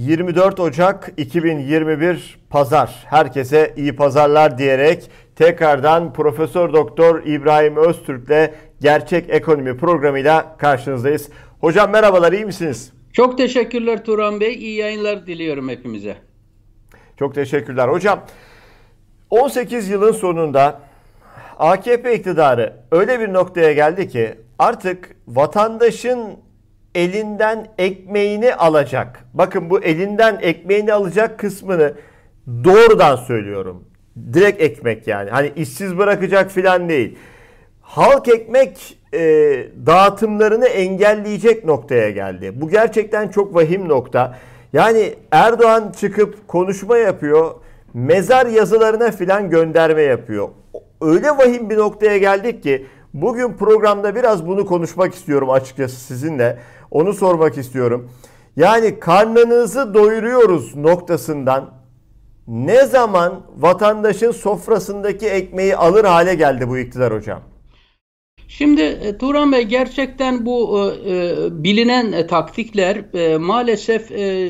24 Ocak 2021 Pazar. Herkese iyi pazarlar diyerek tekrardan Profesör Doktor İbrahim Öztürk'le Gerçek Ekonomi programıyla karşınızdayız. Hocam merhabalar, iyi misiniz? Çok teşekkürler Turan Bey. İyi yayınlar diliyorum hepimize. Çok teşekkürler. Hocam 18 yılın sonunda AKP iktidarı öyle bir noktaya geldi ki artık vatandaşın elinden ekmeğini alacak. Bakın, bu elinden ekmeğini alacak kısmını doğrudan söylüyorum. Direkt ekmek yani. Hani işsiz bırakacak filan değil. Halk ekmek dağıtımlarını engelleyecek noktaya geldi. Bu gerçekten çok vahim nokta. Yani Erdoğan çıkıp konuşma yapıyor. Mezar yazılarına filan gönderme yapıyor. Öyle vahim bir noktaya geldik ki bugün programda biraz bunu konuşmak istiyorum açıkçası sizinle. Onu sormak istiyorum. Yani karnınızı doyuruyoruz noktasından ne zaman vatandaşın sofrasındaki ekmeği alır hale geldi bu iktidar hocam? Şimdi Turan Bey, gerçekten bu bilinen taktikler maalesef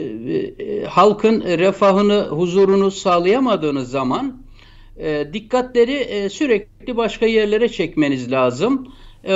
halkın refahını, huzurunu sağlayamadığınız zaman dikkatleri sürekli başka yerlere çekmeniz lazım.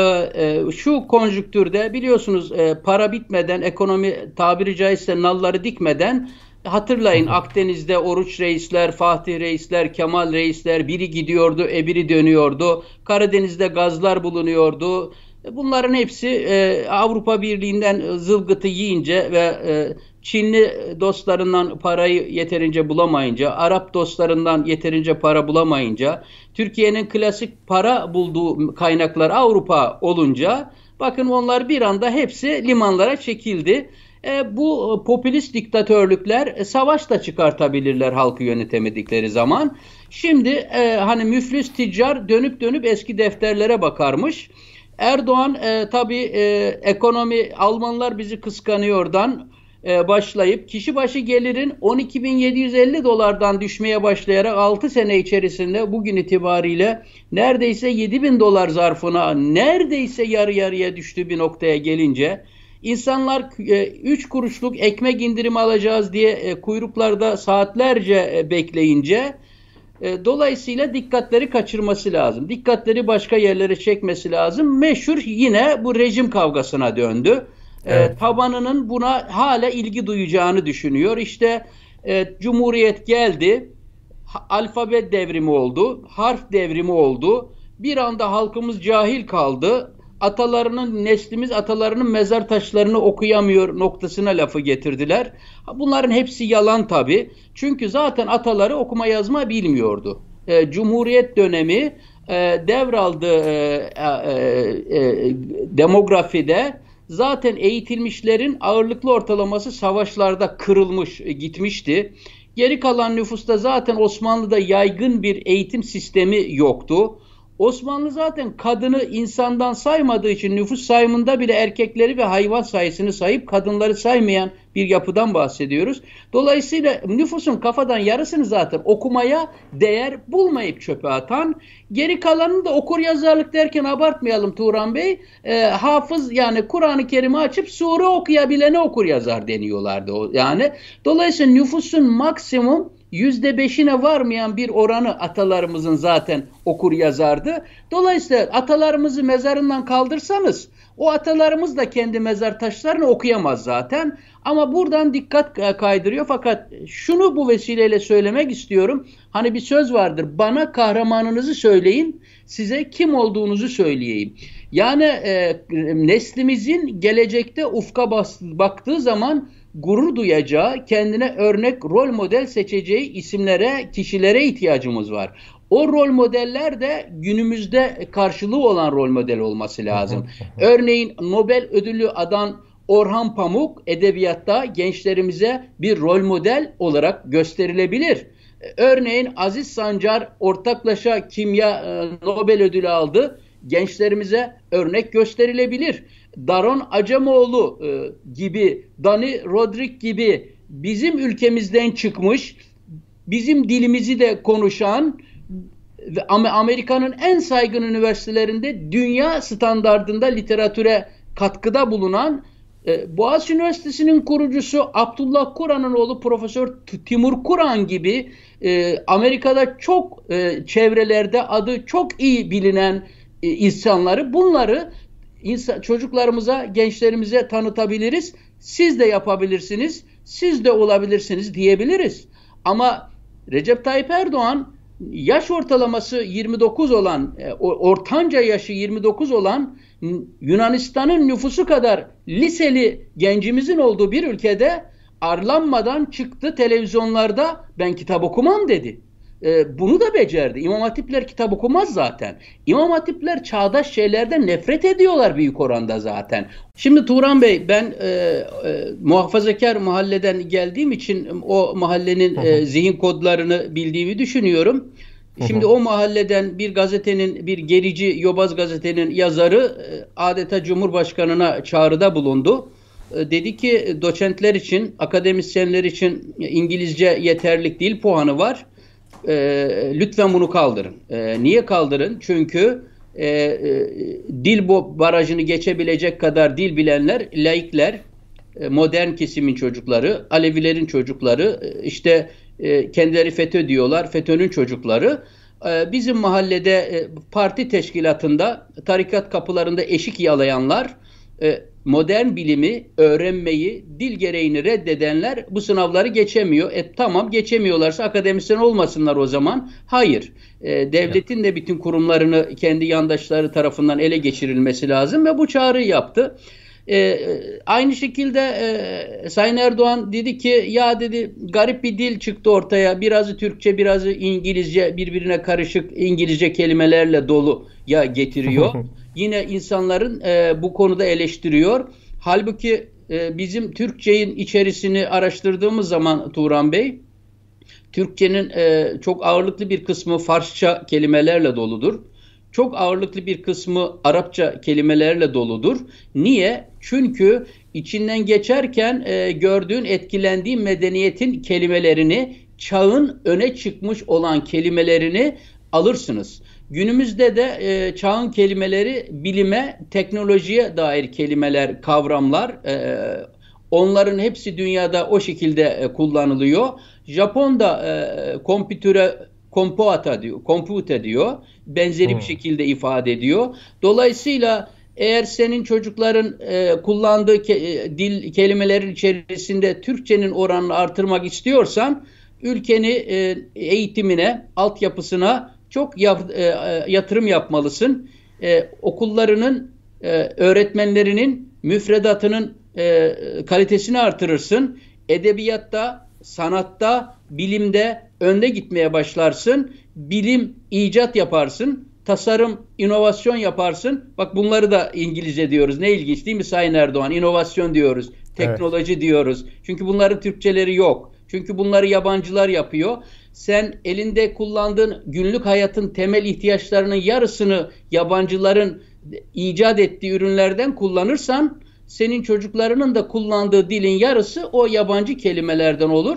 Şu konjüktürde biliyorsunuz, para bitmeden, ekonomi tabiri caizse nalları dikmeden, hatırlayın, Akdeniz'de Oruç Reisler, Fatih Reisler, Kemal Reisler, biri gidiyordu, biri dönüyordu. Karadeniz'de gazlar bulunuyordu. Bunların hepsi Avrupa Birliği'nden zılgıtı yiyince ve Çinli dostlarından parayı yeterince bulamayınca, Arap dostlarından yeterince para bulamayınca, Türkiye'nin klasik para bulduğu kaynaklar Avrupa olunca, bakın onlar bir anda hepsi limanlara çekildi. Bu popülist diktatörlükler savaş da çıkartabilirler halkı yönetemedikleri zaman. Şimdi hani müflis tüccar dönüp dönüp eski defterlere bakarmış. Erdoğan tabii ekonomi, Almanlar bizi kıskanıyordan başlayıp kişi başı gelirin 12.750 dolardan düşmeye başlayarak 6 sene içerisinde bugün itibariyle neredeyse 7.000 dolar zarfına, neredeyse yarı yarıya düştüğü bir noktaya gelince, İnsanlar 3 kuruşluk ekmek indirimi alacağız diye kuyruklarda saatlerce bekleyince, dolayısıyla dikkatleri kaçırması lazım. Dikkatleri başka yerlere çekmesi lazım. Meşhur yine bu rejim kavgasına döndü. Evet. Tabanının buna hala ilgi duyacağını düşünüyor. İşte Cumhuriyet geldi, alfabe devrimi oldu, harf devrimi oldu. Bir anda halkımız cahil kaldı. Neslimiz atalarının mezar taşlarını okuyamıyor noktasına lafı getirdiler. Bunların hepsi yalan tabii. Çünkü zaten ataları okuma yazma bilmiyordu. Cumhuriyet dönemi devraldı demografide. Zaten eğitilmişlerin ağırlıklı ortalaması savaşlarda kırılmış gitmişti. Geri kalan nüfusta zaten Osmanlı'da yaygın bir eğitim sistemi yoktu. Osmanlı zaten kadını insandan saymadığı için nüfus sayımında bile erkekleri ve hayvan sayısını sayıp kadınları saymayan bir yapıdan bahsediyoruz. Dolayısıyla nüfusun kafadan yarısını zaten okumaya değer bulmayıp çöpe atan, geri kalanını da okur yazarlık derken abartmayalım Turan Bey, hafız, yani Kur'an-ı Kerim'i açıp sure okuyabilene okur yazar deniyorlardı. Yani dolayısıyla nüfusun maksimum %5'ine varmayan bir oranı atalarımızın zaten okur yazardı. Dolayısıyla atalarımızı mezarından kaldırsanız o atalarımız da kendi mezar taşlarını okuyamaz zaten. Ama buradan dikkat kaydırıyor. Fakat şunu bu vesileyle söylemek istiyorum. Hani bir söz vardır: bana kahramanınızı söyleyin, size kim olduğunuzu söyleyeyim. Yani neslimizin gelecekte ufka baktığı zaman gurur duyacağı, kendine örnek rol model seçeceği isimlere, kişilere ihtiyacımız var. O rol modeller de günümüzde karşılığı olan rol model olması lazım. Örneğin Nobel ödüllü adam Orhan Pamuk edebiyatta gençlerimize bir rol model olarak gösterilebilir. Örneğin Aziz Sancar ortaklaşa kimya Nobel ödülü aldı. Gençlerimize örnek gösterilebilir. Daron Acemoğlu gibi, Dani Rodrik gibi bizim ülkemizden çıkmış, bizim dilimizi de konuşan ve Amerika'nın en saygın üniversitelerinde dünya standardında literatüre katkıda bulunan Boğaziçi Üniversitesi'nin kurucusu Abdullah Kur'an'ın oğlu Profesör Timur Kur'an gibi Amerika'da çok çevrelerde adı çok iyi bilinen insanları, bunları çocuklarımıza, gençlerimize tanıtabiliriz. Siz de yapabilirsiniz, siz de olabilirsiniz diyebiliriz. Ama Recep Tayyip Erdoğan yaş ortalaması 29 olan, ortanca yaşı 29 olan Yunanistan'ın nüfusu kadar liseli gencimizin olduğu bir ülkede arlanmadan çıktı televizyonlarda, ben kitap okumam dedi. Bunu da becerdi. İmam Hatipler kitap okumaz zaten. İmam Hatipler çağdaş şeylerden nefret ediyorlar büyük oranda zaten. Şimdi Turan Bey, ben muhafazakar mahalleden geldiğim için o mahallenin zihin kodlarını bildiğimi düşünüyorum. Şimdi o mahalleden bir gazetenin, bir gerici yobaz gazetenin yazarı adeta Cumhurbaşkanı'na çağrıda bulundu. Dedi ki doçentler için, akademisyenler için İngilizce yeterlik dil puanı var. Lütfen bunu kaldırın. Niye kaldırın? Çünkü dil barajını geçebilecek kadar dil bilenler, laikler, modern kesimin çocukları, Alevilerin çocukları, işte kendileri FETÖ diyorlar, FETÖ'nün çocukları. Bizim mahallede parti teşkilatında, tarikat kapılarında eşik yalayanlar, modern bilimi, öğrenmeyi, dil gereğini reddedenler bu sınavları geçemiyor. Tamam, geçemiyorlarsa akademisyen olmasınlar o zaman. Hayır. Devletin de bütün kurumlarını kendi yandaşları tarafından ele geçirilmesi lazım ve bu çağrıyı yaptı. Aynı şekilde Sayın Erdoğan dedi ki, ya dedi, garip bir dil çıktı ortaya. Birazı Türkçe, birazı İngilizce, birbirine karışık İngilizce kelimelerle dolu ya getiriyor. Yine insanların bu konuda eleştiriyor. Halbuki bizim Türkçe'nin içerisini araştırdığımız zaman Turan Bey, Türkçenin çok ağırlıklı bir kısmı Farsça kelimelerle doludur. Çok ağırlıklı bir kısmı Arapça kelimelerle doludur. Niye? Çünkü içinden geçerken gördüğün, etkilendiğin medeniyetin kelimelerini, çağın öne çıkmış olan kelimelerini alırsınız. Günümüzde de çağın kelimeleri bilime, teknolojiye dair kelimeler, kavramlar, onların hepsi dünyada o şekilde kullanılıyor. Japon'da kompute diyor. Benzeri bir şekilde ifade ediyor. Dolayısıyla eğer senin çocukların kullandığı dil kelimelerin içerisinde Türkçenin oranını artırmak istiyorsan, ülkeni eğitimine, altyapısına çok yatırım yapmalısın. Okullarının, öğretmenlerinin müfredatının kalitesini artırırsın. Edebiyatta, sanatta, bilimde önde gitmeye başlarsın. Bilim, icat yaparsın. Tasarım, inovasyon yaparsın. Bak, bunları da İngilizce diyoruz. Ne ilginç değil mi Sayın Erdoğan? İnovasyon diyoruz. Teknoloji diyoruz. Çünkü bunların Türkçeleri yok. Çünkü bunları yabancılar yapıyor. Sen elinde kullandığın günlük hayatın temel ihtiyaçlarının yarısını yabancıların icat ettiği ürünlerden kullanırsan, senin çocuklarının da kullandığı dilin yarısı o yabancı kelimelerden olur.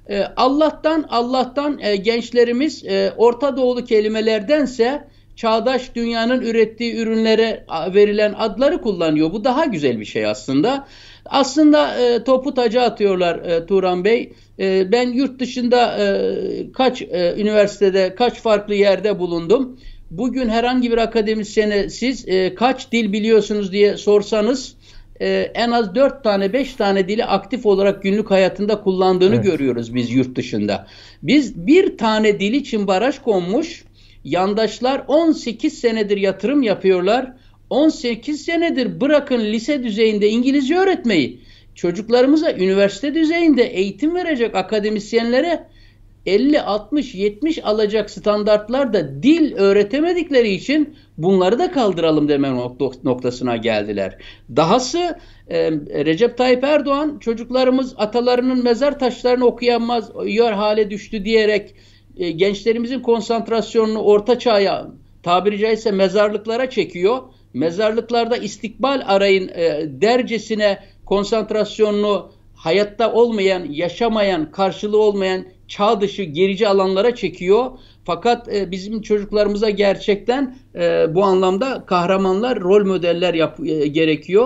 Allah'tan gençlerimiz Orta Doğulu kelimelerdense çağdaş dünyanın ürettiği ürünlere verilen adları kullanıyor. Bu daha güzel bir şey aslında. Aslında topu taca atıyorlar Turan Bey. Ben yurt dışında kaç üniversitede, kaç farklı yerde bulundum. Bugün herhangi bir akademisyene siz kaç dil biliyorsunuz diye sorsanız, en az 4 tane 5 tane dili aktif olarak günlük hayatında kullandığını görüyoruz biz yurt dışında. Biz bir tane dil için baraj konmuş, yandaşlar 18 senedir yatırım yapıyorlar. 18 senedir bırakın lise düzeyinde İngilizce öğretmeyi, çocuklarımıza üniversite düzeyinde eğitim verecek akademisyenlere 50, 60, 70 alacak standartlarda dil öğretemedikleri için bunları da kaldıralım deme noktasına geldiler. Dahası Recep Tayyip Erdoğan, çocuklarımız atalarının mezar taşlarını okuyamaz hale düştü diyerek gençlerimizin konsantrasyonunu orta çağa, tabiri caizse mezarlıklara çekiyor. Mezarlıklarda istikbal arayın dercesine konsantrasyonunu hayatta olmayan, yaşamayan, karşılığı olmayan çağ dışı, gerici alanlara çekiyor. Fakat bizim çocuklarımıza gerçekten bu anlamda kahramanlar, rol modeller gerekiyor.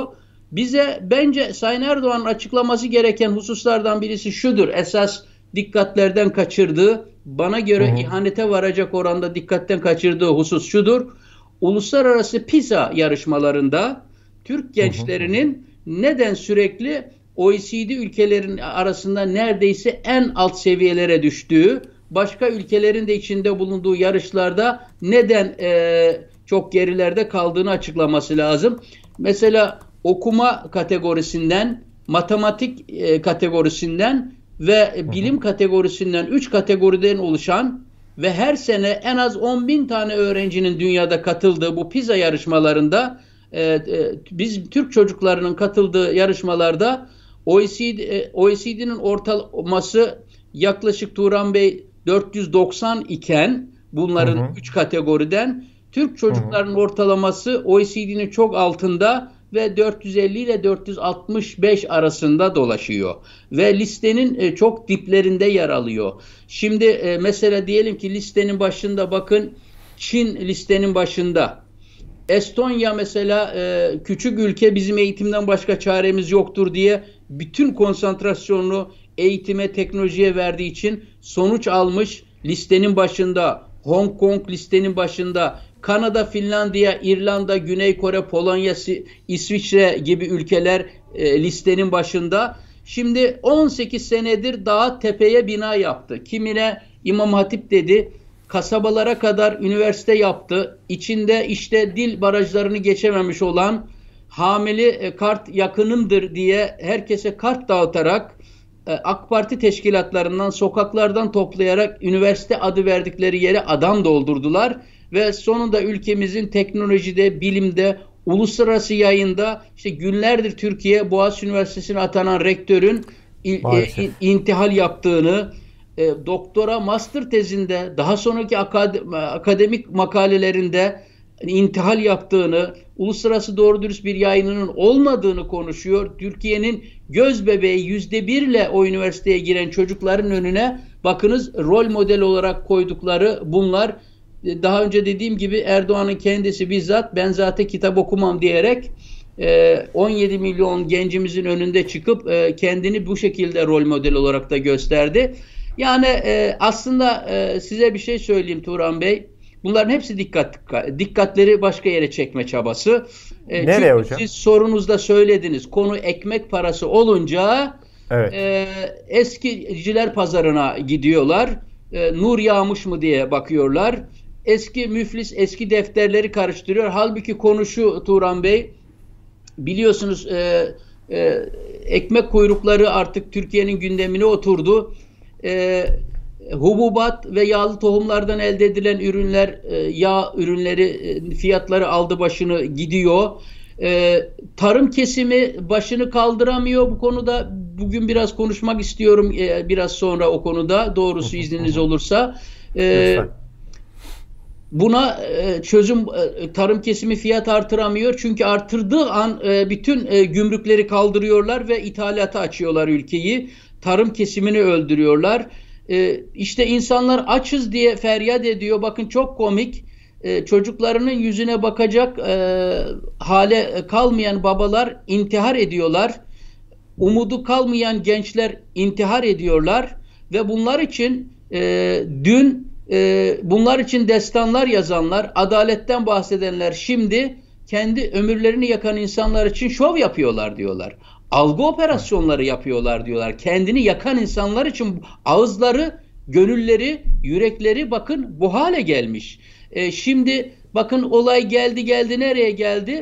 Bize bence Sayın Erdoğan'ın açıklaması gereken hususlardan birisi şudur. Esas dikkatlerden kaçırdığı, bana göre ihanete varacak oranda dikkatten kaçırdığı husus şudur. Uluslararası PISA yarışmalarında Türk gençlerinin neden sürekli OECD ülkelerin arasında neredeyse en alt seviyelere düştüğü, başka ülkelerin de içinde bulunduğu yarışlarda neden çok gerilerde kaldığını açıklaması lazım. Mesela okuma kategorisinden, matematik kategorisinden ve bilim kategorisinden 3 kategoriden oluşan ve her sene en az 10.000 tane öğrencinin dünyada katıldığı bu PISA yarışmalarında biz Türk çocuklarının katıldığı yarışmalarda OECD'nin ortalaması yaklaşık Turan Bey 490 iken bunların 3 kategoriden Türk çocukların ortalaması OECD'nin çok altında ve 450 ile 465 arasında dolaşıyor. Ve listenin çok diplerinde yer alıyor. Şimdi mesela diyelim ki listenin başında bakın Çin listenin başında. Estonya mesela küçük ülke bizim eğitimden başka çaremiz yoktur diye bütün konsantrasyonunu eğitime, teknolojiye verdiği için sonuç almış listenin başında. Hong Kong listenin başında. Kanada, Finlandiya, İrlanda, Güney Kore, Polonya, İsviçre gibi ülkeler listenin başında. Şimdi 18 senedir dağa tepeye bina yaptı. Kimine İmam Hatip dedi, kasabalara kadar üniversite yaptı. İçinde işte dil barajlarını geçememiş olan hamili kart yakınımdır diye herkese kart dağıtarak AK Parti teşkilatlarından, sokaklardan toplayarak üniversite adı verdikleri yere adam doldurdular. Ve sonunda ülkemizin teknolojide, bilimde, uluslararası yayında işte günlerdir Türkiye Boğaziçi Üniversitesi'ne atanan rektörün intihal yaptığını, doktora, master tezinde, daha sonraki akademik makalelerinde intihal yaptığını, uluslararası doğru dürüst bir yayınının olmadığını konuşuyor. Türkiye'nin göz bebeği %1'le o üniversiteye giren çocukların önüne bakınız rol model olarak koydukları bunlar. Daha önce dediğim gibi Erdoğan'ın kendisi bizzat ben zaten kitap okumam diyerek 17 milyon gencimizin önünde çıkıp kendini bu şekilde rol model olarak da gösterdi. Yani aslında size bir şey söyleyeyim Turan Bey. Bunların hepsi dikkatleri başka yere çekme çabası. Nereye hocam? Siz sorunuzda söylediniz. Konu ekmek parası olunca evet. Eskiciler pazarına gidiyorlar. Nur yağmış mı diye bakıyorlar. Eski müflis, eski defterleri karıştırıyor. Halbuki konu şu Turan Bey, biliyorsunuz ekmek kuyrukları artık Türkiye'nin gündemine oturdu. Hububat ve yağlı tohumlardan elde edilen ürünler, yağ ürünleri fiyatları aldı başını gidiyor. Tarım kesimi başını kaldıramıyor bu konuda. Bugün biraz konuşmak istiyorum biraz sonra o konuda doğrusu izniniz olursa. Buna çözüm tarım kesimi fiyat artıramıyor. Çünkü artırdığı an bütün gümrükleri kaldırıyorlar ve ithalata açıyorlar ülkeyi. Tarım kesimini öldürüyorlar. İşte insanlar açız diye feryat ediyor. Bakın çok komik. Çocuklarının yüzüne bakacak hale kalmayan babalar intihar ediyorlar. Umudu kalmayan gençler intihar ediyorlar. Ve bunlar için bunlar için destanlar yazanlar, adaletten bahsedenler şimdi kendi ömürlerini yakan insanlar için şov yapıyorlar diyorlar. Algı operasyonları yapıyorlar diyorlar. Kendini yakan insanlar için ağızları, gönülleri, yürekleri bakın bu hale gelmiş. Şimdi bakın olay geldi nereye geldi?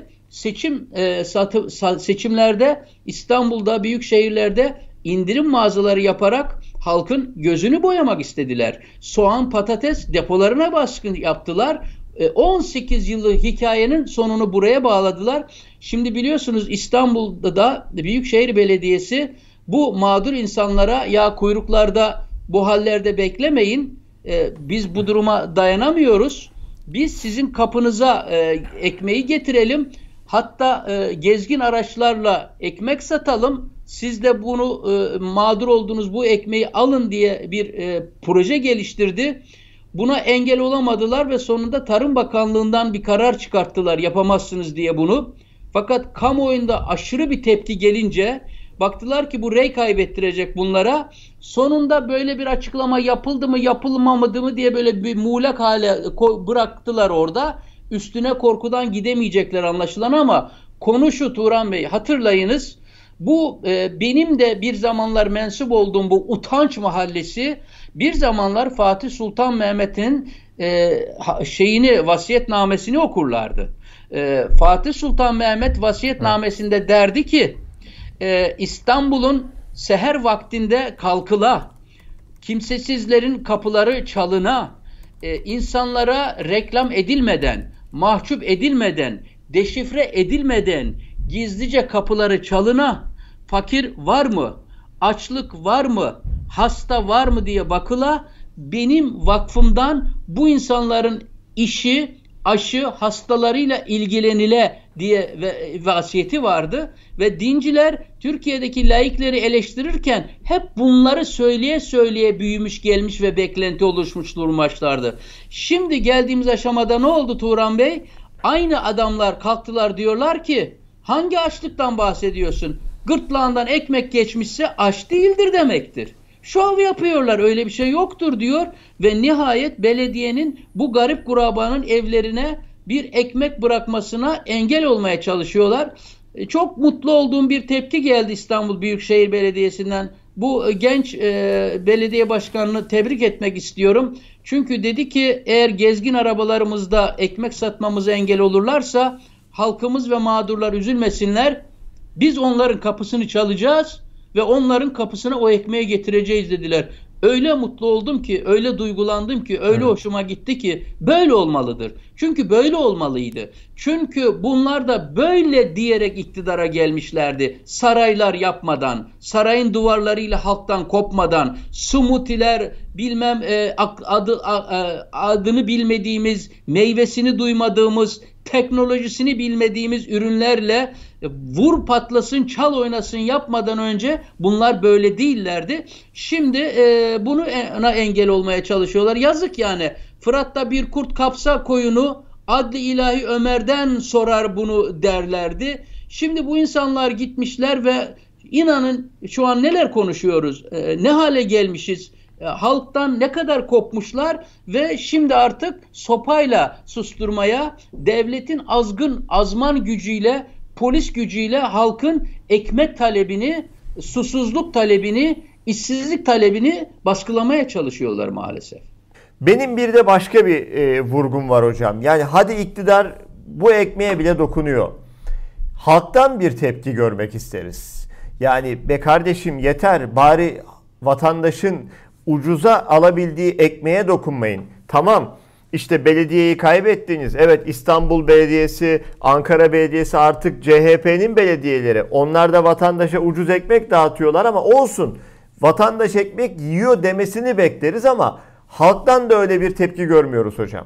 Seçimlerde İstanbul'da, büyük şehirlerde indirim mağazaları yaparak halkın gözünü boyamak istediler. Soğan, patates depolarına baskın yaptılar. 18 yıllık hikayenin sonunu buraya bağladılar. Şimdi biliyorsunuz İstanbul'da da Büyükşehir Belediyesi bu mağdur insanlara ya kuyruklarda bu hallerde beklemeyin. Biz bu duruma dayanamıyoruz. Biz sizin kapınıza ekmeği getirelim. Hatta gezgin araçlarla ekmek satalım. Siz de bunu mağdur olduğunuz bu ekmeği alın diye bir proje geliştirdi. Buna engel olamadılar ve sonunda Tarım Bakanlığı'ndan bir karar çıkarttılar yapamazsınız diye bunu. Fakat kamuoyunda aşırı bir tepki gelince baktılar ki bu rey kaybettirecek bunlara. Sonunda böyle bir açıklama yapıldı mı yapılmadı mı diye böyle bir muğlak hale bıraktılar orada. Üstüne korkudan gidemeyecekler anlaşılan ama konu şu Turan Bey, hatırlayınız. Bu benim de bir zamanlar mensup olduğum bu Utanç Mahallesi bir zamanlar Fatih Sultan Mehmet'in vasiyetnamesini okurlardı. Fatih Sultan Mehmet vasiyetnamesinde derdi ki İstanbul'un seher vaktinde kalkıla, kimsesizlerin kapıları çalına, insanlara reklam edilmeden, mahcup edilmeden, deşifre edilmeden gizlice kapıları çalına, fakir var mı, açlık var mı, hasta var mı diye bakıla, benim vakfımdan bu insanların işi, aşı, hastalarıyla ilgilenile diye vasiyeti vardı ve dinciler Türkiye'deki laikleri eleştirirken hep bunları söyleye söyleye büyümüş gelmiş ve beklenti oluşmuş durmuşlardı. Şimdi geldiğimiz aşamada ne oldu Turan Bey? Aynı adamlar kalktılar diyorlar ki hangi açlıktan bahsediyorsun? Gırtlağından ekmek geçmişse aç değildir demektir. Şov yapıyorlar, öyle bir şey yoktur diyor ve nihayet belediyenin bu garip gurabanın evlerine bir ekmek bırakmasına engel olmaya çalışıyorlar. Çok mutlu olduğum bir tepki geldi İstanbul Büyükşehir Belediyesi'nden. Bu genç belediye başkanını tebrik etmek istiyorum. Çünkü dedi ki eğer gezgin arabalarımızda ekmek satmamıza engel olurlarsa halkımız ve mağdurlar üzülmesinler. Biz onların kapısını çalacağız ve onların kapısına o ekmeği getireceğiz dediler. Öyle mutlu oldum ki, öyle duygulandım ki, öyle hoşuma gitti ki böyle olmalıdır. Çünkü böyle olmalıydı. Çünkü bunlar da böyle diyerek iktidara gelmişlerdi. Saraylar yapmadan, sarayın duvarlarıyla halktan kopmadan, sumutiler bilmem adını bilmediğimiz, meyvesini duymadığımız, teknolojisini bilmediğimiz ürünlerle vur patlasın çal oynasın yapmadan önce bunlar böyle değillerdi. Şimdi bunu engel olmaya çalışıyorlar. Yazık yani. Fırat'ta bir kurt kapsa koyunu adli ilahi Ömer'den sorar bunu derlerdi. Şimdi bu insanlar gitmişler ve inanın şu an neler konuşuyoruz, ne hale gelmişiz. Halktan ne kadar kopmuşlar ve şimdi artık sopayla susturmaya, devletin azman gücüyle, polis gücüyle halkın ekmek talebini, susuzluk talebini, işsizlik talebini baskılamaya çalışıyorlar maalesef. Benim bir de başka bir vurgum var hocam. Yani hadi iktidar bu ekmeğe bile dokunuyor. Halktan bir tepki görmek isteriz. Yani be kardeşim yeter, bari vatandaşın ucuza alabildiği ekmeğe dokunmayın. Tamam, işte belediyeyi kaybettiniz. Evet, İstanbul Belediyesi, Ankara Belediyesi artık CHP'nin belediyeleri. Onlar da vatandaşa ucuz ekmek dağıtıyorlar ama olsun. Vatandaş ekmek yiyor demesini bekleriz ama halktan da öyle bir tepki görmüyoruz hocam.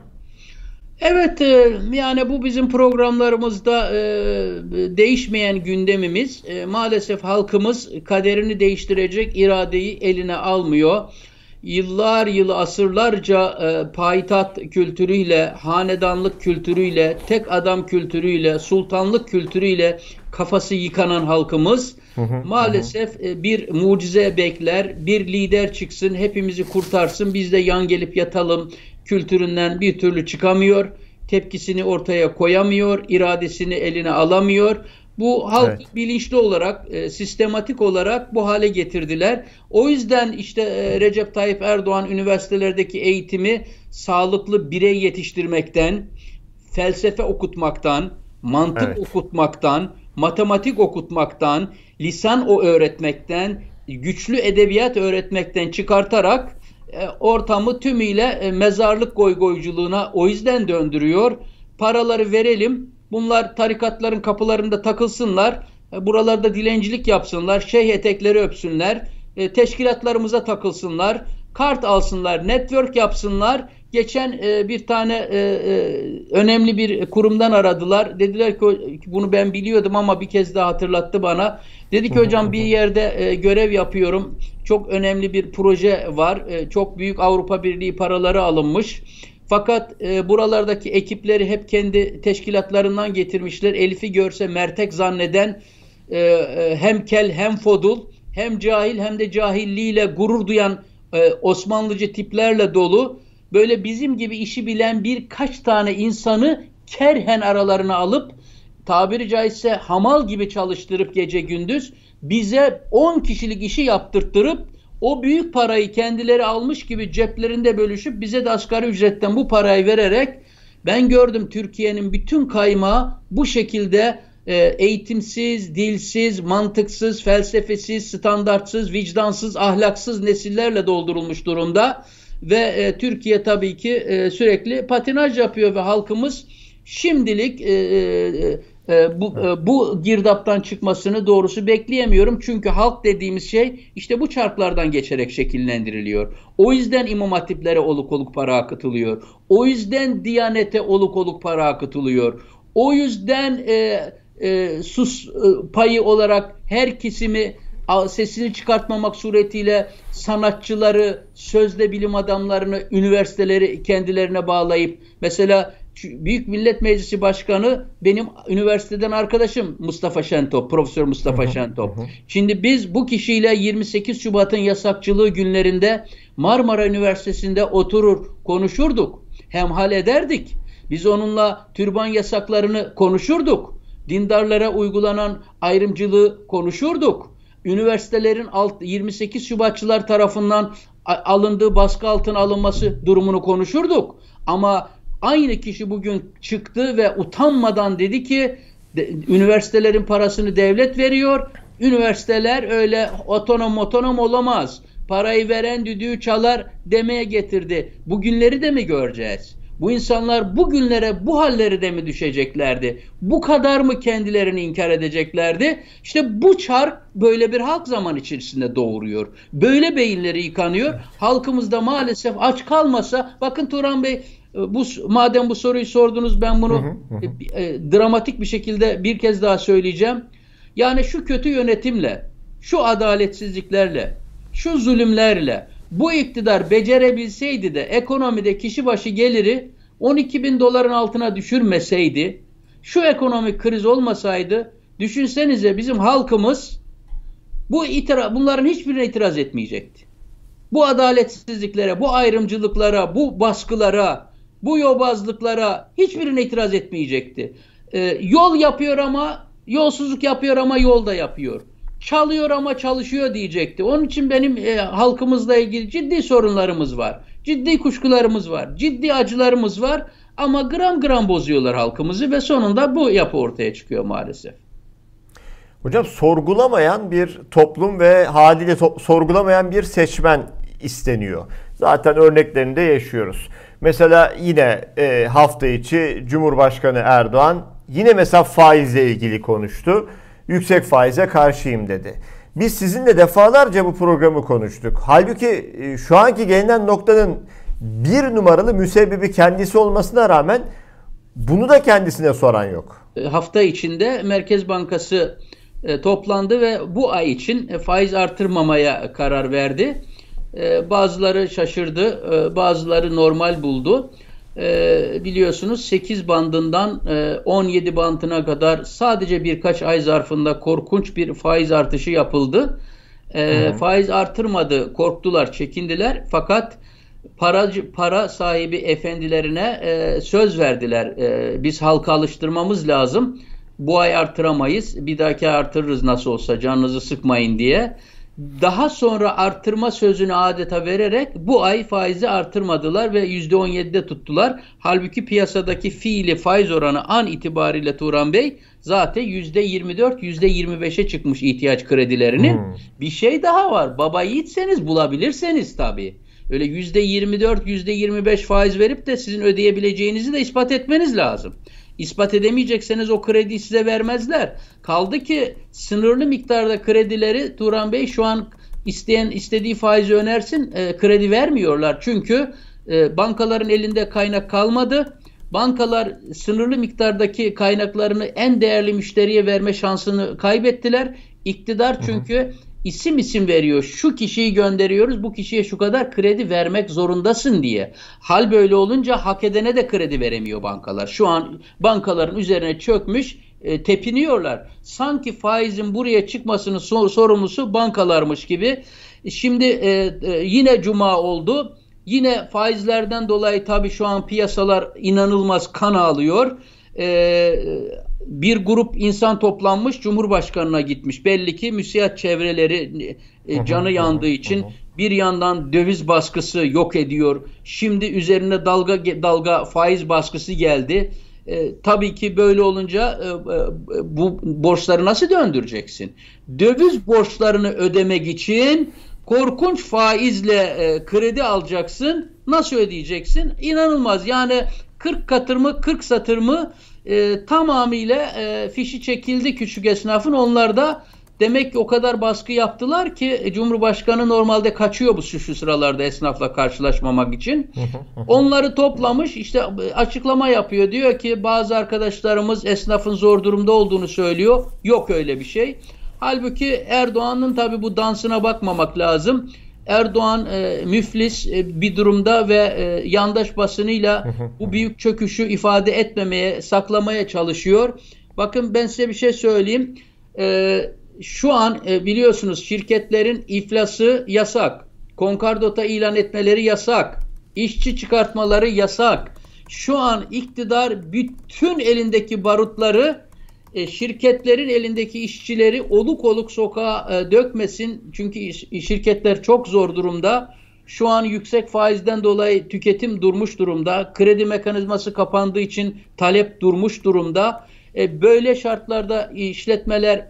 Evet, yani bu bizim programlarımızda değişmeyen gündemimiz. Maalesef halkımız kaderini değiştirecek iradeyi eline almıyor. Yıllar yılı asırlarca payitaht kültürüyle, hanedanlık kültürüyle, tek adam kültürüyle, sultanlık kültürüyle kafası yıkanan halkımız maalesef bir mucize bekler, bir lider çıksın, hepimizi kurtarsın, biz de yan gelip yatalım kültüründen bir türlü çıkamıyor, tepkisini ortaya koyamıyor, iradesini eline alamıyor. Bu halk bilinçli olarak, sistematik olarak bu hale getirdiler. O yüzden işte Recep Tayyip Erdoğan üniversitelerdeki eğitimi sağlıklı birey yetiştirmekten, felsefe okutmaktan, mantık okutmaktan, matematik okutmaktan, lisan öğretmekten, güçlü edebiyat öğretmekten çıkartarak ortamı tümüyle mezarlık goygoyculuğuna o yüzden döndürüyor. Paraları verelim. Bunlar tarikatların kapılarında takılsınlar, buralarda dilencilik yapsınlar, şeyh etekleri öpsünler, teşkilatlarımıza takılsınlar, kart alsınlar, network yapsınlar. Geçen bir tane önemli bir kurumdan aradılar. Dediler ki bunu ben biliyordum ama bir kez daha hatırlattı bana. Dedi ki hocam bir yerde görev yapıyorum. Çok önemli bir proje var. Çok büyük Avrupa Birliği paraları alınmış. Fakat buralardaki ekipleri hep kendi teşkilatlarından getirmişler. Elif'i görse mertek zanneden hem kel hem fodul hem cahil hem de cahilliğiyle gurur duyan Osmanlıcı tiplerle dolu, böyle bizim gibi işi bilen birkaç tane insanı kerhen aralarına alıp tabiri caizse hamal gibi çalıştırıp gece gündüz bize 10 kişilik işi yaptırttırıp o büyük parayı kendileri almış gibi ceplerinde bölüşüp bize de asgari ücretten bu parayı vererek, ben gördüm Türkiye'nin bütün kaymağı bu şekilde eğitimsiz, dilsiz, mantıksız, felsefesiz, standartsız, vicdansız, ahlaksız nesillerle doldurulmuş durumda. Ve Türkiye tabii ki sürekli patinaj yapıyor ve halkımız şimdilik bu girdaptan çıkmasını doğrusu bekleyemiyorum. Çünkü halk dediğimiz şey işte bu çarklardan geçerek şekillendiriliyor. O yüzden İmam Hatiplere oluk oluk para akıtılıyor. O yüzden Diyanete oluk oluk para akıtılıyor. O yüzden sus payı olarak her kesimi sesini çıkartmamak suretiyle sanatçıları, sözde bilim adamlarını, üniversiteleri kendilerine bağlayıp, mesela Büyük Millet Meclisi Başkanı benim üniversiteden arkadaşım Mustafa Şentop, Profesör Mustafa Şentop. Şimdi biz bu kişiyle 28 Şubat'ın yasakçılığı günlerinde Marmara Üniversitesi'nde oturur konuşurduk, hemhal ederdik. Biz onunla türban yasaklarını konuşurduk. Dindarlara uygulanan ayrımcılığı konuşurduk. Üniversitelerin 28 Şubatçılar tarafından alındığı, baskı altına alınması durumunu konuşurduk. Ama aynı kişi bugün çıktı ve utanmadan dedi ki üniversitelerin parasını devlet veriyor. Üniversiteler öyle otonom olamaz. Parayı veren düdüğü çalar demeye getirdi. Bugünleri de mi göreceğiz? Bu insanlar bugünlere, bu halleri de mi düşeceklerdi? Bu kadar mı kendilerini inkar edeceklerdi? İşte bu çark böyle bir halk zaman içerisinde doğuruyor. Böyle beyinleri yıkanıyor. Halkımız da maalesef aç kalmasa, bakın Turan Bey, madem bu soruyu sordunuz, ben bunu dramatik bir şekilde bir kez daha söyleyeceğim. Yani şu kötü yönetimle, şu adaletsizliklerle, şu zulümlerle bu iktidar becerebilseydi de ekonomide kişi başı geliri 12 bin doların altına düşürmeseydi, şu ekonomik kriz olmasaydı, düşünsenize bizim halkımız bunların hiçbirine itiraz etmeyecekti. Bu adaletsizliklere, bu ayrımcılıklara, bu baskılara, bu yobazlıklara hiçbirine itiraz etmeyecekti. Yol yapıyor ama, yolsuzluk yapıyor ama yolda yapıyor. Çalıyor ama çalışıyor diyecekti. Onun için benim halkımızla ilgili ciddi sorunlarımız var. Ciddi kuşkularımız var. Ciddi acılarımız var. Ama gram gram bozuyorlar halkımızı ve sonunda bu yapı ortaya çıkıyor maalesef. Hocam, sorgulamayan bir toplum ve haliyle sorgulamayan bir seçmen isteniyor. Zaten örneklerini de yaşıyoruz. Mesela yine hafta içi Cumhurbaşkanı Erdoğan yine mesela faizle ilgili konuştu. Yüksek faize karşıyım dedi. Biz sizinle defalarca bu programı konuştuk. Halbuki şu anki gelinen noktanın bir numaralı müsebbibi kendisi olmasına rağmen bunu da kendisine soran yok. Hafta içinde Merkez Bankası toplandı ve bu ay için faiz artırmamaya karar verdi. Bazıları şaşırdı, bazıları normal buldu. Biliyorsunuz 8 bandından 17 bandına kadar sadece birkaç ay zarfında korkunç bir faiz artışı yapıldı. Faiz artırmadı, korktular, çekindiler. Fakat para sahibi efendilerine söz verdiler. Biz halka alıştırmamız lazım. Bu ay artıramayız, bir dahaki artırırız nasıl olsa, canınızı sıkmayın diye. Daha sonra artırma sözünü adeta vererek bu ay faizi artırmadılar ve %17'de tuttular. Halbuki piyasadaki fiili faiz oranı an itibariyle Turan Bey zaten %24, %25'e çıkmış ihtiyaç kredilerinin. Bir şey daha var. Baba yiğitseniz bulabilirseniz tabii. Öyle %24, %25 faiz verip de sizin ödeyebileceğinizi de ispat etmeniz lazım. İspat edemeyecekseniz o krediyi size vermezler. Kaldı ki sınırlı miktarda kredileri Turan Bey şu an isteyen istediği faizi önersin, kredi vermiyorlar. Çünkü bankaların elinde kaynak kalmadı. Bankalar sınırlı miktardaki kaynaklarını en değerli müşteriye verme şansını kaybettiler. İktidar çünkü isim isim veriyor. Şu kişiyi gönderiyoruz, bu kişiye şu kadar kredi vermek zorundasın diye. Hal böyle olunca hak edene de kredi veremiyor bankalar. Şu an bankaların üzerine çökmüş, tepiniyorlar. Sanki faizin buraya çıkmasının sorumlusu bankalarmış gibi. Şimdi yine cuma oldu. Yine faizlerden dolayı tabii şu an piyasalar inanılmaz kan ağlıyor. Bir grup insan toplanmış, Cumhurbaşkanı'na gitmiş. Belli ki müsiat çevreleri canı yandığı için bir yandan döviz baskısı yok ediyor. Şimdi üzerine dalga faiz baskısı geldi. Tabii ki böyle olunca bu borçları nasıl döndüreceksin? Döviz borçlarını ödemek için korkunç faizle kredi alacaksın. Nasıl ödeyeceksin? İnanılmaz. Yani 40 katır mı 40 satır mı tamamıyla fişi çekildi küçük esnafın. Onlar da demek ki o kadar baskı yaptılar ki Cumhurbaşkanı normalde kaçıyor bu şu sıralarda esnafla karşılaşmamak için. Onları toplamış, işte açıklama yapıyor. Diyor ki bazı arkadaşlarımız esnafın zor durumda olduğunu söylüyor. Yok öyle bir şey. Halbuki Erdoğan'ın tabii bu dansına bakmamak lazım. Erdoğan müflis bir durumda ve yandaş basınıyla bu büyük çöküşü ifade etmemeye, saklamaya çalışıyor. Bakın ben size bir şey söyleyeyim. Şu an biliyorsunuz şirketlerin iflası yasak. Konkordata ilan etmeleri yasak. İşçi çıkartmaları yasak. Şu an iktidar bütün elindeki barutları şirketlerin elindeki işçileri oluk oluk sokağa dökmesin. Çünkü şirketler çok zor durumda. Şu an yüksek faizden dolayı tüketim durmuş durumda. Kredi mekanizması kapandığı için talep durmuş durumda. Böyle şartlarda işletmeler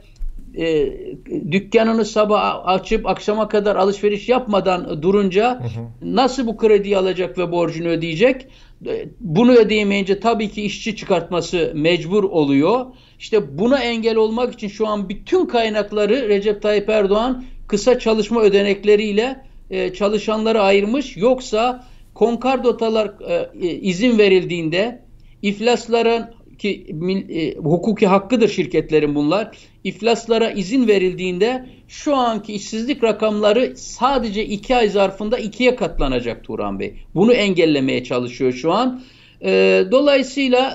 dükkanını sabah açıp akşama kadar alışveriş yapmadan durunca nasıl bu krediyi alacak ve borcunu ödeyecek? Bunu ödeyemeyince tabii ki işçi çıkartması mecbur oluyor. İşte buna engel olmak için şu an bütün kaynakları Recep Tayyip Erdoğan kısa çalışma ödenekleriyle çalışanları ayırmış. Yoksa konkordotalar izin verildiğinde iflasların ki hukuki hakkıdır şirketlerin bunlar. İflaslara izin verildiğinde şu anki işsizlik rakamları sadece 2 ay zarfında 2'ye katlanacak Turan Bey. Bunu engellemeye çalışıyor şu an. Dolayısıyla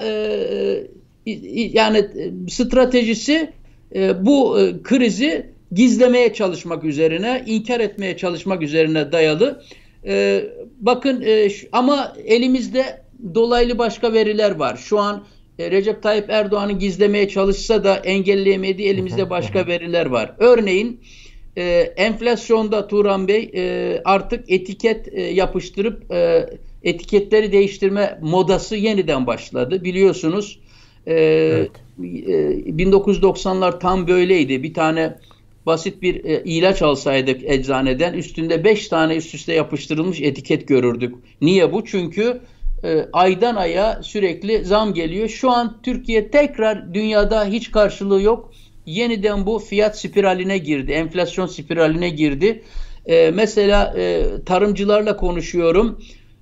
yani stratejisi bu krizi gizlemeye çalışmak üzerine, inkar etmeye çalışmak üzerine dayalı. Bakın ama elimizde dolaylı başka veriler var. Şu an Recep Tayyip Erdoğan'ı gizlemeye çalışsa da engelleyemediği elimizde başka veriler var. Örneğin enflasyonda Turan Bey artık etiket yapıştırıp etiketleri değiştirme modası yeniden başladı. Biliyorsunuz evet. 1990'lar tam böyleydi. Bir tane basit bir ilaç alsaydık eczaneden üstünde 5 tane üst üste yapıştırılmış etiket görürdük. Niye bu? Çünkü aydan aya sürekli zam geliyor. Şu an Türkiye tekrar dünyada hiç karşılığı yok. Yeniden bu fiyat spiraline girdi. Enflasyon spiraline girdi. Mesela tarımcılarla konuşuyorum.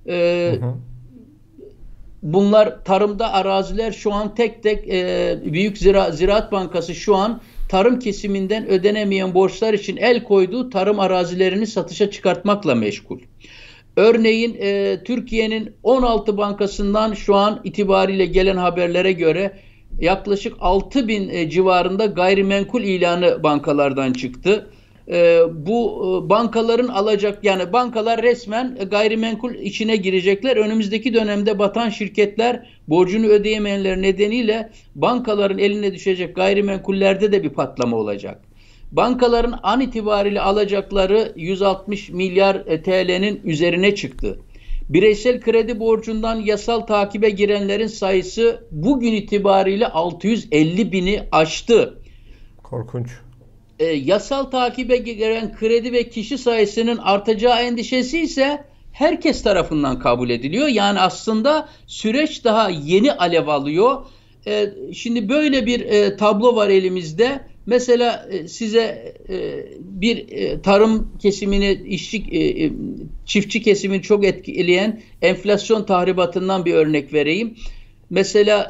Bunlar tarımda araziler şu an tek tek Büyük Ziraat Bankası şu an tarım kesiminden ödenemeyen borçlar için el koyduğu tarım arazilerini satışa çıkartmakla meşgul. Örneğin Türkiye'nin 16 bankasından şu an itibariyle gelen haberlere göre yaklaşık 6.000 civarında gayrimenkul ilanı bankalardan çıktı. Bu bankaların alacak yani bankalar resmen gayrimenkul içine girecekler. Önümüzdeki dönemde batan şirketler borcunu ödeyemeyenler nedeniyle bankaların eline düşecek gayrimenkullerde de bir patlama olacak. Bankaların an itibariyle alacakları 160 milyar TL'nin üzerine çıktı. Bireysel kredi borcundan yasal takibe girenlerin sayısı bugün itibariyle 650 bini aştı. Korkunç. Yasal takibe giren kredi ve kişi sayısının artacağı endişesi ise herkes tarafından kabul ediliyor. Yani aslında süreç daha yeni alev alıyor. Şimdi böyle bir tablo var elimizde. Mesela size bir tarım kesimini, çiftçi kesimini çok etkileyen enflasyon tahribatından bir örnek vereyim. Mesela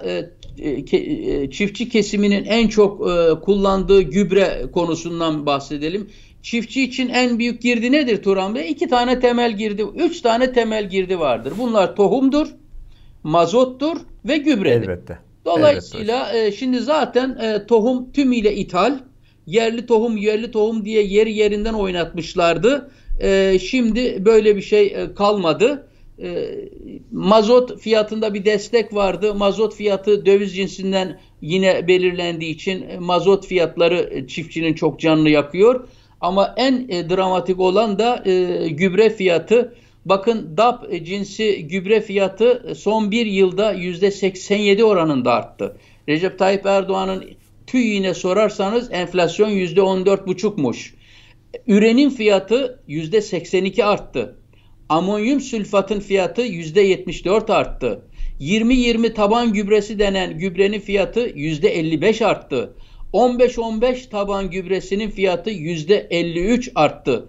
çiftçi kesiminin en çok kullandığı gübre konusundan bahsedelim. çiftçi için en büyük girdi nedir Turan Bey? 2 tane temel girdi, 3 tane temel girdi vardır. Bunlar tohumdur, mazottur ve gübredir. Elbette. Dolayısıyla şimdi zaten tohum tümüyle ithal. Yerli tohum diye yeri yerinden oynatmışlardı. Şimdi böyle bir şey kalmadı. Mazot fiyatında bir destek vardı. Mazot fiyatı döviz cinsinden yine belirlendiği için mazot fiyatları çiftçinin çok canını yakıyor. Ama en dramatik olan da gübre fiyatı. Bakın DAP cinsi gübre fiyatı son bir yılda %87 oranında arttı. Recep Tayyip Erdoğan'ın TÜİ'ne sorarsanız enflasyon %14,5'muş. Ürenin fiyatı %82 arttı. Amonyum sülfatın fiyatı %74 arttı. 20-20 taban gübresi denen gübrenin fiyatı %55 arttı. 15-15 taban gübresinin fiyatı %53 arttı.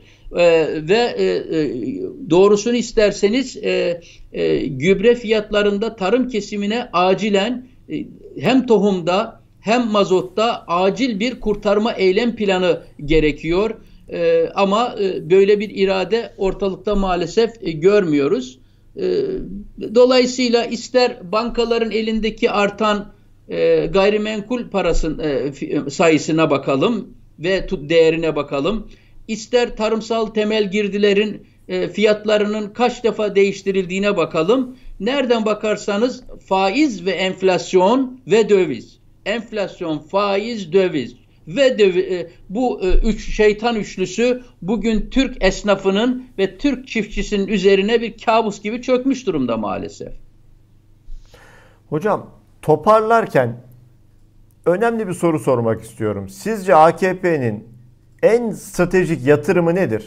Doğrusunu isterseniz gübre fiyatlarında tarım kesimine acilen hem tohumda hem mazotta acil bir kurtarma eylem planı gerekiyor. Ama böyle bir irade ortalıkta maalesef görmüyoruz. Dolayısıyla ister bankaların elindeki artan gayrimenkul parasının sayısına bakalım ve değerine bakalım. İster tarımsal temel girdilerin fiyatlarının kaç defa değiştirildiğine bakalım. Nereden bakarsanız faiz ve enflasyon ve döviz. Enflasyon, faiz, döviz ve bu şeytan üçlüsü bugün Türk esnafının ve Türk çiftçisinin üzerine bir kabus gibi çökmüş durumda maalesef. Hocam, toparlarken önemli bir soru sormak istiyorum. Sizce AKP'nin en stratejik yatırımı nedir?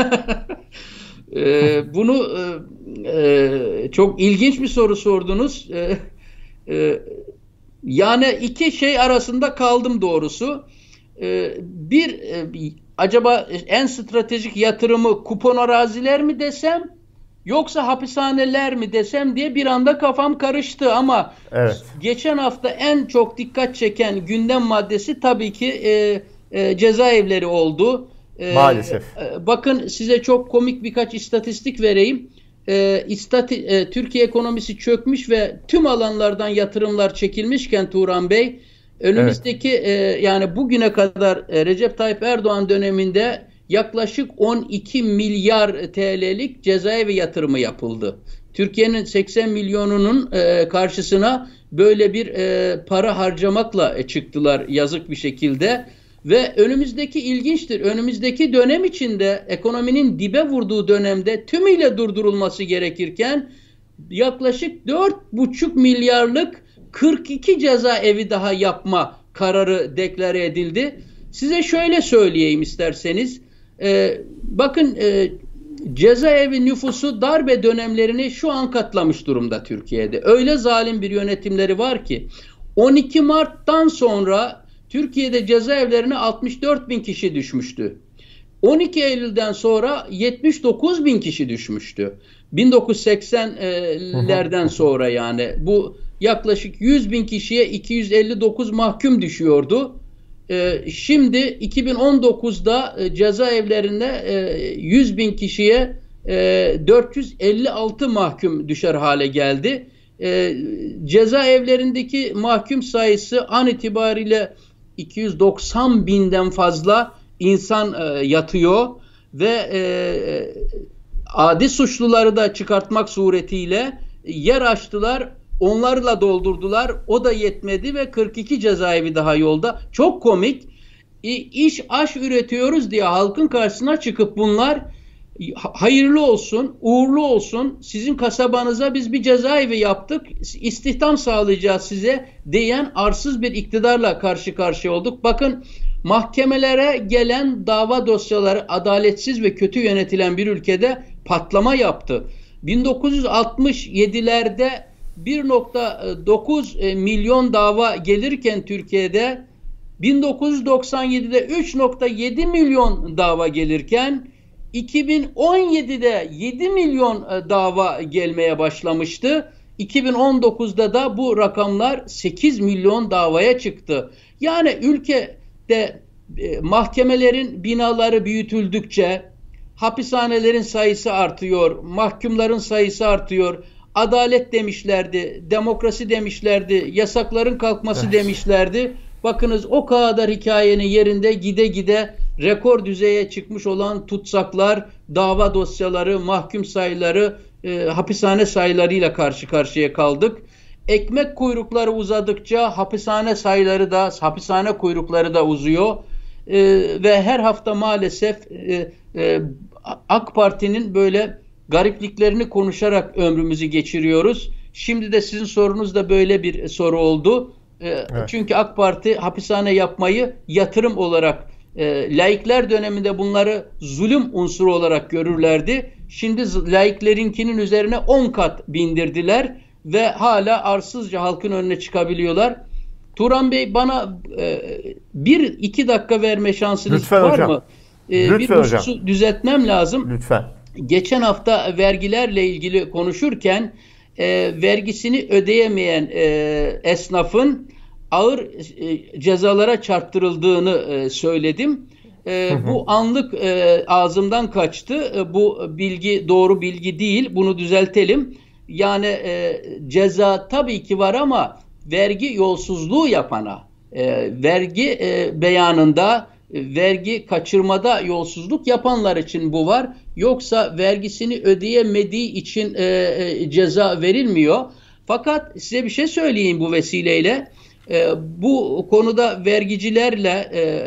Bunu çok ilginç bir soru sordunuz. Yani iki şey arasında kaldım doğrusu. Acaba en stratejik yatırımı kupon araziler mi desem yoksa hapishaneler mi desem diye bir anda kafam karıştı ama evet. Geçen hafta en çok dikkat çeken gündem maddesi tabii ki cezaevleri oldu. Maalesef. Bakın size çok komik birkaç istatistik vereyim. Türkiye ekonomisi çökmüş ve tüm alanlardan yatırımlar çekilmişken Turan Bey önümüzdeki yani bugüne kadar Recep Tayyip Erdoğan döneminde yaklaşık 12 milyar TL'lik cezaevi yatırımı yapıldı. Türkiye'nin 80 milyonunun karşısına böyle bir para harcamakla çıktılar yazık bir şekilde. Ve önümüzdeki ilginçtir. Önümüzdeki dönem içinde ekonominin dibe vurduğu dönemde tümüyle durdurulması gerekirken yaklaşık 4,5 milyarlık 42 cezaevi daha yapma kararı deklare edildi. Size şöyle söyleyeyim isterseniz. Bakın cezaevi nüfusu darbe dönemlerini şu an katlamış durumda Türkiye'de. Öyle zalim bir yönetimleri var ki 12 Mart'tan sonra Türkiye'de cezaevlerine 64 bin kişi düşmüştü. 12 Eylül'den sonra 79 bin kişi düşmüştü. 1980'lerden sonra yani bu yaklaşık 100 bin kişiye 259 mahkum düşüyordu. Şimdi 2019'da cezaevlerine 100 bin kişiye 456 mahkum düşer hale geldi. Cezaevlerindeki mahkum sayısı an itibariyle 290 binden fazla insan yatıyor ve adi suçluları da çıkartmak suretiyle yer açtılar, onlarla doldurdular, o da yetmedi ve 42 cezaevi daha yolda. Çok komik, iş aş üretiyoruz diye halkın karşısına çıkıp bunlar hayırlı olsun, uğurlu olsun, sizin kasabanıza biz bir cezaevi yaptık, istihdam sağlayacağız size diyen arsız bir iktidarla karşı karşıya olduk. Bakın mahkemelere gelen dava dosyaları adaletsiz ve kötü yönetilen bir ülkede patlama yaptı. 1967'lerde 1,9 milyon dava gelirken Türkiye'de 1997'de 3,7 milyon dava gelirken 2017'de 7 milyon dava gelmeye başlamıştı. 2019'da da bu rakamlar 8 milyon davaya çıktı. Yani ülkede Mahkemelerin binaları büyütüldükçe hapishanelerin sayısı artıyor, mahkumların sayısı artıyor. Adalet demişlerdi, demokrasi demişlerdi, yasakların kalkması demişlerdi. Bakınız o kadar hikayenin yerinde gide gide rekor düzeye çıkmış olan tutsaklar, dava dosyaları, mahkum sayıları, hapishane sayılarıyla karşı karşıya kaldık. Ekmek kuyrukları uzadıkça hapishane sayıları da, hapishane kuyrukları da uzuyor. Ve her hafta maalesef AK Parti'nin böyle garipliklerini konuşarak ömrümüzü geçiriyoruz. Şimdi de sizin sorunuz da böyle bir soru oldu. Evet. Çünkü AK Parti hapishane yapmayı yatırım olarak, laikler döneminde bunları zulüm unsuru olarak görürlerdi. Şimdi laiklerinkinin üzerine 10 kat bindirdiler ve hala arsızca halkın önüne çıkabiliyorlar. Turan Bey, bana 1-2 dakika verme şansınız lütfen var hocam. mı? Lütfen Bir hususu düzeltmem lazım. Lütfen. Geçen hafta vergilerle ilgili konuşurken vergisini ödeyemeyen esnafın ağır cezalara çarptırıldığını söyledim. Bu anlık ağzımdan kaçtı. Bu bilgi doğru bilgi değil. Bunu düzeltelim. Yani ceza tabii ki var ama vergi yolsuzluğu yapana, vergi beyanında, vergi kaçırmada yolsuzluk yapanlar için bu var. Yoksa vergisini ödeyemediği için ceza verilmiyor. Fakat size bir şey söyleyeyim bu vesileyle. Bu konuda vergicilerle,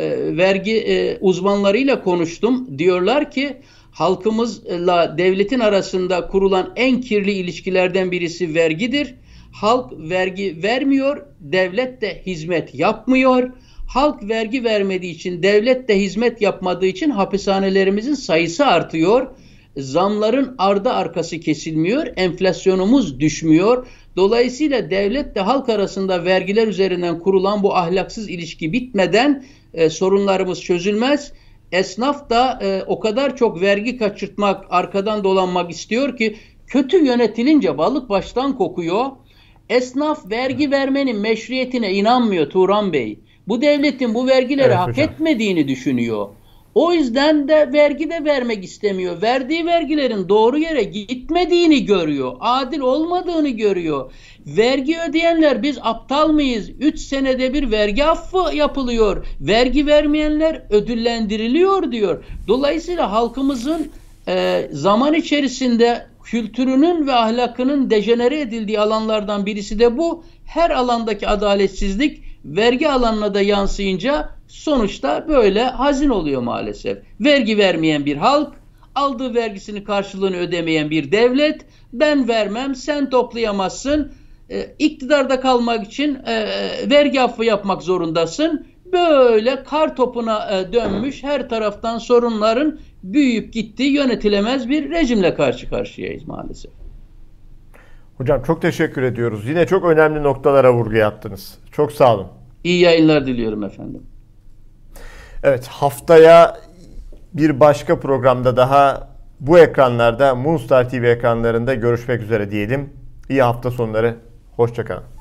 vergi uzmanlarıyla konuştum. Diyorlar ki halkımızla devletin arasında kurulan en kirli ilişkilerden birisi vergidir. Halk vergi vermiyor, devlet de hizmet yapmıyor. Halk vergi vermediği için, devlet de hizmet yapmadığı için hapishanelerimizin sayısı artıyor. Zamların ardı arkası kesilmiyor, enflasyonumuz düşmüyor. Dolayısıyla devletle halk arasında vergiler üzerinden kurulan bu ahlaksız ilişki bitmeden sorunlarımız çözülmez. Esnaf da o kadar çok vergi kaçırtmak, arkadan dolanmak istiyor ki kötü yönetilince balık baştan kokuyor. Esnaf vergi vermenin meşruiyetine inanmıyor Turan Bey. Bu devletin bu vergileri hak etmediğini düşünüyor. O yüzden de vergi de vermek istemiyor. Verdiği vergilerin doğru yere gitmediğini görüyor. Adil olmadığını görüyor. Vergi ödeyenler biz aptal mıyız? 3 senede bir vergi affı yapılıyor. Vergi vermeyenler ödüllendiriliyor diyor. Dolayısıyla halkımızın zaman içerisinde kültürünün ve ahlakının dejenere edildiği alanlardan birisi de bu. Her alandaki adaletsizlik vergi alanına da yansıyınca sonuçta böyle hazin oluyor maalesef. Vergi vermeyen bir halk, aldığı vergisinin karşılığını ödemeyen bir devlet, ben vermem, sen toplayamazsın, iktidarda kalmak için vergi affı yapmak zorundasın. Böyle kar topuna dönmüş, her taraftan sorunların büyüyüp gittiği yönetilemez bir rejimle karşı karşıyayız maalesef. Hocam çok teşekkür ediyoruz. Yine çok önemli noktalara vurgu yaptınız. Çok sağ olun. İyi yayınlar diliyorum efendim. Evet, haftaya bir başka programda daha bu ekranlarda, Moonstar TV ekranlarında görüşmek üzere diyelim. İyi hafta sonları. Hoşça kalın.